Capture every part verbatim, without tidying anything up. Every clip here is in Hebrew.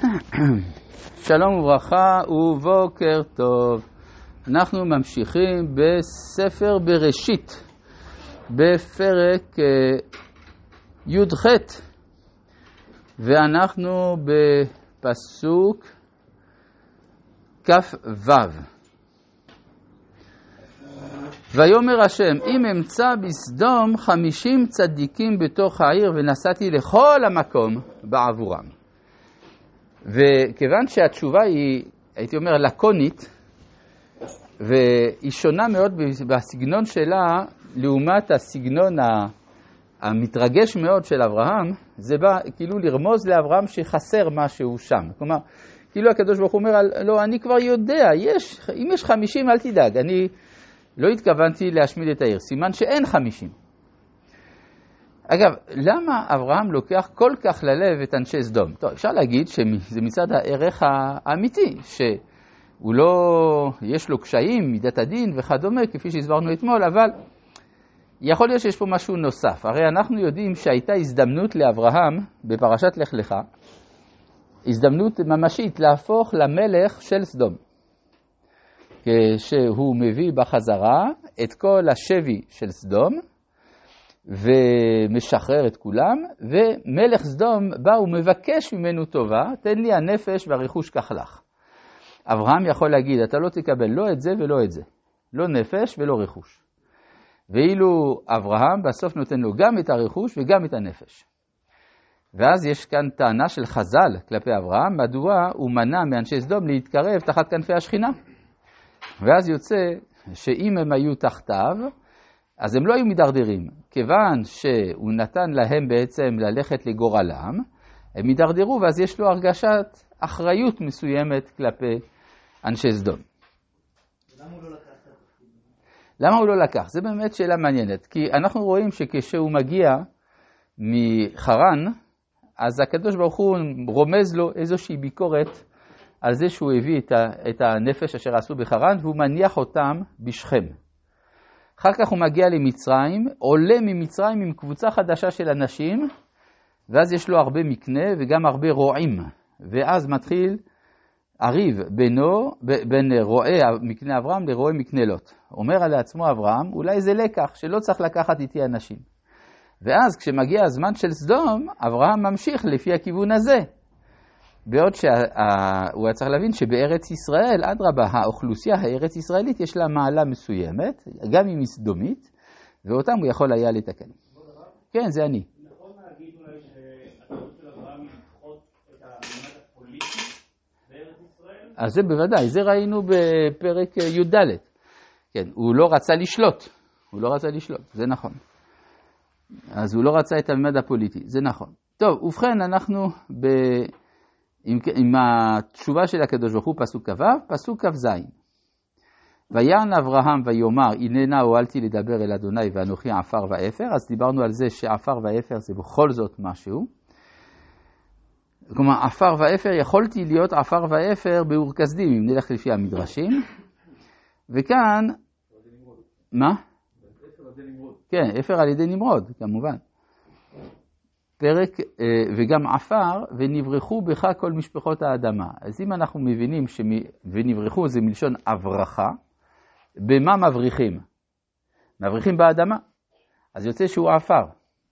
שלום וברכה ובוקר טוב. אנחנו ממשיכים בספר בראשית, בפרק י"ח, ואנחנו בפסוק כ"ו. ויאמר השם, אם אמצא בסדום חמישים צדיקים בתוך העיר, ונסעתי לכל המקום בעבורם. וכיוון שהתשובה היא, הייתי אומר, לקונית, והיא שונה מאוד בסגנון שלה לעומת הסגנון המתרגש מאוד של אברהם, זה בא כאילו לרמוז לאברהם שחסר משהו שם. כלומר, כאילו הקדוש ברוך הוא אומר, לא, אני כבר יודע, יש, אם יש חמישים אל תדאג, אני לא התכוונתי להשמיד את העיר, סימן שאין חמישים. אגב, למה אברהם לוקח כל כך ללב את אנשי סדום? טוב, אפשר להגיד שזה מצד הערך האמיתי, שהוא לא, יש לו קשיים, מידת הדין וכדומה, כפי שהסברנו אתמול, אבל יכול להיות שיש פה משהו נוסף. הרי אנחנו יודעים שהייתה הזדמנות לאברהם בפרשת לך לך, הזדמנות ממשית להפוך למלך של סדום. כשהוא מביא בחזרה את כל השבי של סדום, ומשחרר את כולם, ומלך סדום בא ומבקש ממנו טובה, תן לי הנפש והרכוש כך לך. אברהם יכול להגיד, אתה לא תקבל לא את זה ולא את זה, לא נפש ולא רכוש. ואילו אברהם בסוף נותן לו גם את הרכוש וגם את הנפש. ואז יש כאן טענה של חז"ל כלפי אברהם, מדוע הוא מנע מאנשי סדום להתקרב תחת כנפי השכינה. ואז יוצא שאם הם היו תחתיו, אז הם לא היו מדרדרים, כיוון שהוא נתן להם בעצם ללכת לגורלם, הם מדרדרו, ואז יש לו הרגשת אחריות מסוימת כלפי אנשי סדום. למה הוא לא לקח את התפקיד? למה הוא לא לקח? זה באמת שאלה מעניינת, כי אנחנו רואים שכשהוא מגיע מחרן, אז הקדוש ברוך הוא רומז לו איזושהי ביקורת על זה שהוא הביא את הנפש אשר עשו בחרן, והוא מניח אותם בשכם. אחר כך הוא מגיע למצרים, עולה ממצרים עם קבוצה חדשה של אנשים, ואז יש לו הרבה מקנה וגם הרבה רועים. ואז מתחיל הריב בינו, בין רועי מקנה אברהם לרועי מקנה לוט. אומר על עצמו אברהם, אולי זה לקח שלא צריך לקחת איתי אנשים. ואז כשמגיע הזמן של סדום, אברהם ממשיך לפי הכיוון הזה. בעוד שהוא היה צריך להבין שבארץ ישראל, אדרבה, האוכלוסייה הארץ ישראלית יש לה מעלה מסוימת, גם אם היא סדומית, ואותם הוא יכול היה לתקן. כן, זה אני. נכון להגיד אולי שהתפקיד של אברהם לדחות את המעמד הפוליטי בארץ ישראל? אז זה בוודאי, זה ראינו בפרק י"ד. כן, הוא לא רצה לשלוט, הוא לא רצה לשלוט, זה נכון. אז הוא לא רצה את המעמד הפוליטי, זה נכון. טוב, ובכן אנחנו ב... עם, עם התשובה של הקדוש ברוך הוא, פסוק כ"ו, פסוק כ"ז. ויען אברהם ויאמר, הננה הועלתי לדבר אל אדוני ואנוכי עפר ואפר. אז דיברנו על זה שעפר ואפר זה בכל זאת משהו. כלומר, עפר ואפר, יכולתי להיות עפר ואפר באור כסדים, אם נלך לפי המדרשים. וכאן, מה? כן, אפר על ידי נמרוד, כמובן. פרק וגם עפר, ונברחו בך כל משפחות האדמה. אז אם אנחנו מבינים שנברחו זה מלשון אברחה, במה מבריחים? מבריחים באדמה. אז יוצא שהוא עפר.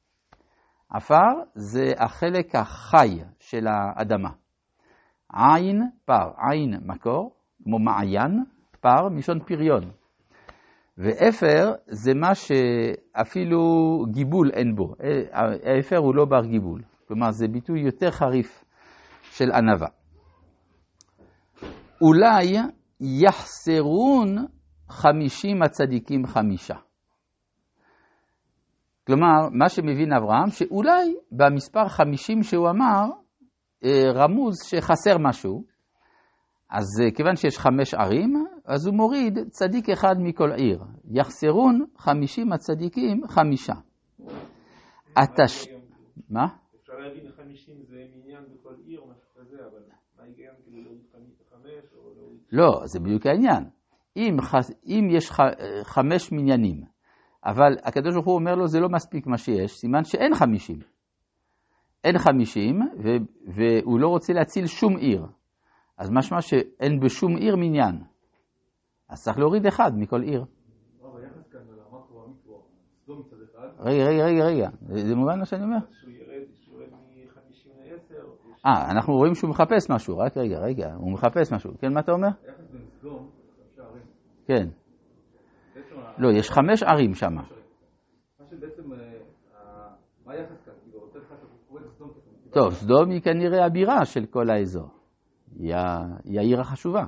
עפר זה החלק החי של האדמה. עין, פר, עין מקור, כמו מעיין, פר, מלשון פריון. ואפר זה מה שאפילו גיבול אין בו. האפר הוא לא בר גיבול. כלומר, זה ביטוי יותר חריף של ענווה. אולי יחסרון חמישים הצדיקים חמישה. כלומר, מה שמבין אברהם, שאולי במספר חמישים שהוא אמר, רמוז שחסר משהו. אז כיוון שיש חמש ערים, אז הוא מוריד צדיק אחד מכל עיר. יחסרון חמישים הצדיקים חמישה. התש... מה? אפשר להבין חמישים זה מניין בכל עיר או משהו כזה, אבל מה היגיון כאילו להוריד חמש או להוריד... לא, זה בדיוק העניין. אם, אם יש ח... חמש מניינים, אבל הקדוש ברוך הוא אומר לו זה לא מספיק מה שיש, סימן שאין חמישים. אין חמישים, ו- והוא לא רוצה להציל שום עיר. אז משמע שאין בשום עיר מניין. אז צריך להוריד אחד מכל עיר. רגע, רגע, רגע, רגע. זה מובן מה שאני אומר? אה, אנחנו רואים שהוא מחפש משהו. רק רגע, רגע. הוא מחפש משהו. כן, מה אתה אומר? כן. לא, יש חמש ערים שם. טוב, סדום היא כנראה הבירה של כל האזור. היא העיר החשובה.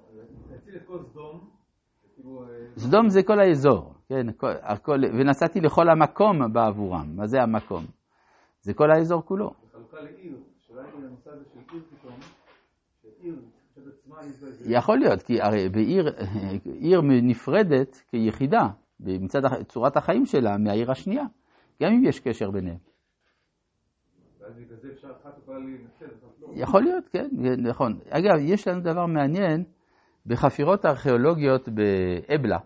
סדום זה כל האזור, כן, הכל, ונסעתי לכל המקום בעבורם. מה זה המקום? זה כל האזור כולו. חלוקה לעיר, שאולי לנושא הזה של עיר פתאום, שעיר, שאת עצמה יש... יכול להיות, כי הרי בעיר, עיר נפרדת כיחידה, במצד צורת החיים שלה, מהעיר השנייה, גם אם יש קשר ביניהם. ואז בגלל זה אפשר אחת יכולה להינצל, יכול להיות, כן, נכון. אגב, יש לנו דבר מעניין, בחפירות הארכיאולוגיות באבלה,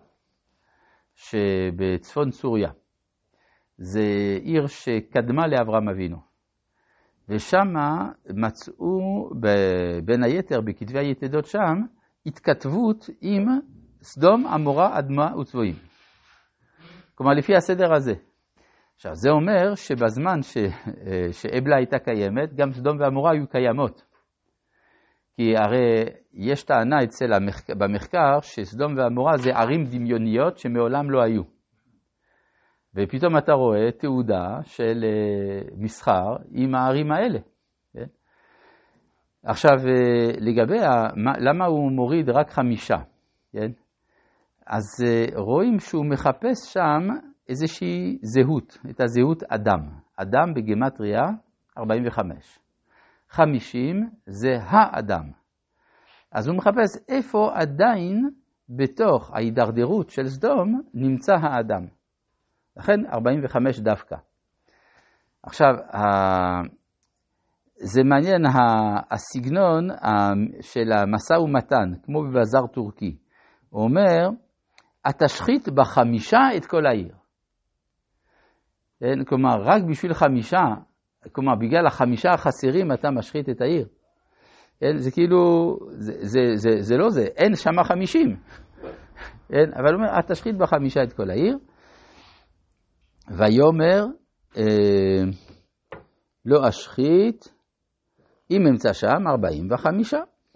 שבצפון סוריה. זה עיר שקדמה לאברהם אבינו. ושם מצאו בין היתר בכתבי היתדות שם התכתבות עם סדום, עמורה, אדמה וצבועים. כלומר לפי הסדר הזה. עכשיו זה אומר שבזמן ש... שאבלה הייתה קיימת, גם סדום ועמורה היו קיימות. כי הרי יש טענה אצל המחקר, במחקר שסדום ועמורה זה ערים דמיוניות שמעולם לא היו. ופתאום אתה רואה תעודה של מסחר עם הערים האלה. כן? עכשיו לגבי למה הוא מוריד רק חמישה. כן? אז רואים שהוא מחפש שם איזושהי זהות, את הזהות אדם. אדם בגימטריה ארבעים וחמש. חמישים זה האדם. אז הוא מחפש איפה עדיין בתוך ההידרדרות של סדום נמצא האדם. לכן ארבעים וחמש דווקא. עכשיו, זה מעניין הסגנון של המשא ומתן, כמו בבזאר טורקי. הוא אומר, התשחית בחמישה את כל העיר. כלומר, רק בשביל חמישה, כלומר, בגלל החמישה החסרים אתה משחית את העיר. זה כאילו, זה, זה, זה, זה לא זה, אין שמה חמישים. אבל הוא אומר, התשחית בחמישה את כל העיר. ויומר, אה, לא אשחית, אם אמצא שם ארבעים וחמישה.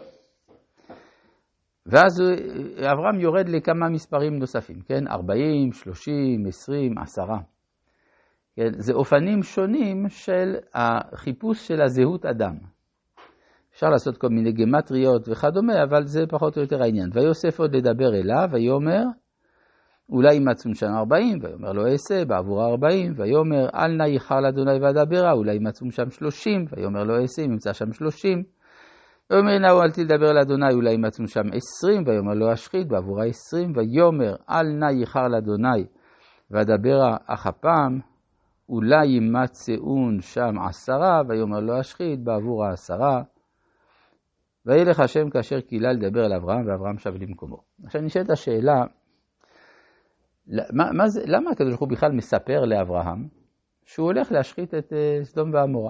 ואז אברהם יורד לכמה מספרים נוספים, כן? ארבעים, שלושים, עשרים, עשרה. כן? זה אופנים שונים של החיפוש של הזהות אדם. אפשר לעשות כל מיני גמטריות וכדומה, אבל זה פחות או יותר העניין. ויוסף עוד לדבר אליו, ויאמר, אולי ימצאו שם ארבעים, ויאמר לו אעשה, בעבור ארבעים, ויאמר אל נא ייחר לאדוני ואדברה, אולי ימצאו שם שלושים, ויאמר לו אעשה, ימצא שם שלושים. ויאמר נאו אל תדבר לאדוני, אולי ימצאו שם עשרים, ויאמר לו אשחית, בעבור העשרים, ויאמר אל נא ייחר לאדוני ואדברה, אך הפעם, אולי ימצאון שם עשרה, ויאמר לו אשחית, בעבור העשרה. וילך השם כאשר קילה לדבר אל אברהם, ואברהם שב למקומו. עכשיו נשאלת השאלה, מה, מה זה, למה הקדוש ברוך הוא בכלל מספר לאברהם שהוא הולך להשחית את uh, סדום ועמורה?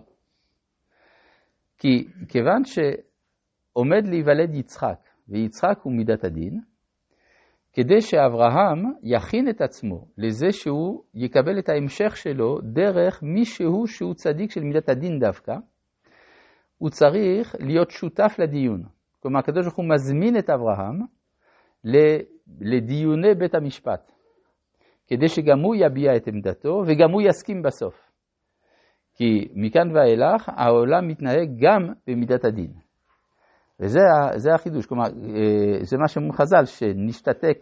כי כיוון שעומד להיוולד יצחק, ויצחק הוא מידת הדין, כדי שאברהם יכין את עצמו לזה שהוא יקבל את ההמשך שלו דרך מישהו שהוא צדיק של מידת הדין דווקא, הוא צריך להיות שותף לדיון. כלומר, הקדוש ברוך הוא מזמין את אברהם לדיוני בית המשפט, כדי שגם הוא יביע את עמדתו וגם הוא יסכים בסוף. כי מכאן ואילך העולם מתנהג גם במידת הדין. וזה זה החידוש. כלומר, זה מה שאומרים חז"ל, שנשתתק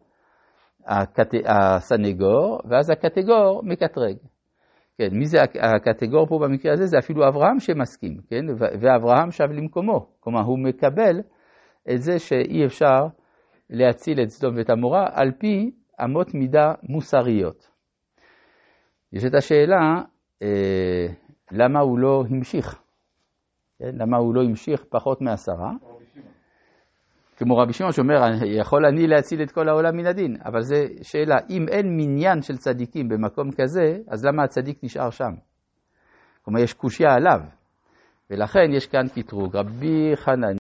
הסנגור, ואז הקטגור מקטרג. כן, מי זה הקטגור פה במקרה הזה? זה אפילו אברהם שמסכים, כן? ואברהם שב למקומו. כלומר, הוא מקבל את זה שאי אפשר להציל את סדום ואת עמורה על פי אמות מידה מוסריות. יש את השאלה, אה, למה הוא לא המשיך? כן? למה הוא לא המשיך פחות מעשרה? כמו רבי שמעון שאומר, יכול אני להציל את כל העולם מן הדין, אבל זה שאלה, אם אין מניין של צדיקים במקום כזה, אז למה הצדיק נשאר שם? כלומר, יש קושיה עליו. ולכן יש כאן קטרוג. רבי חנניה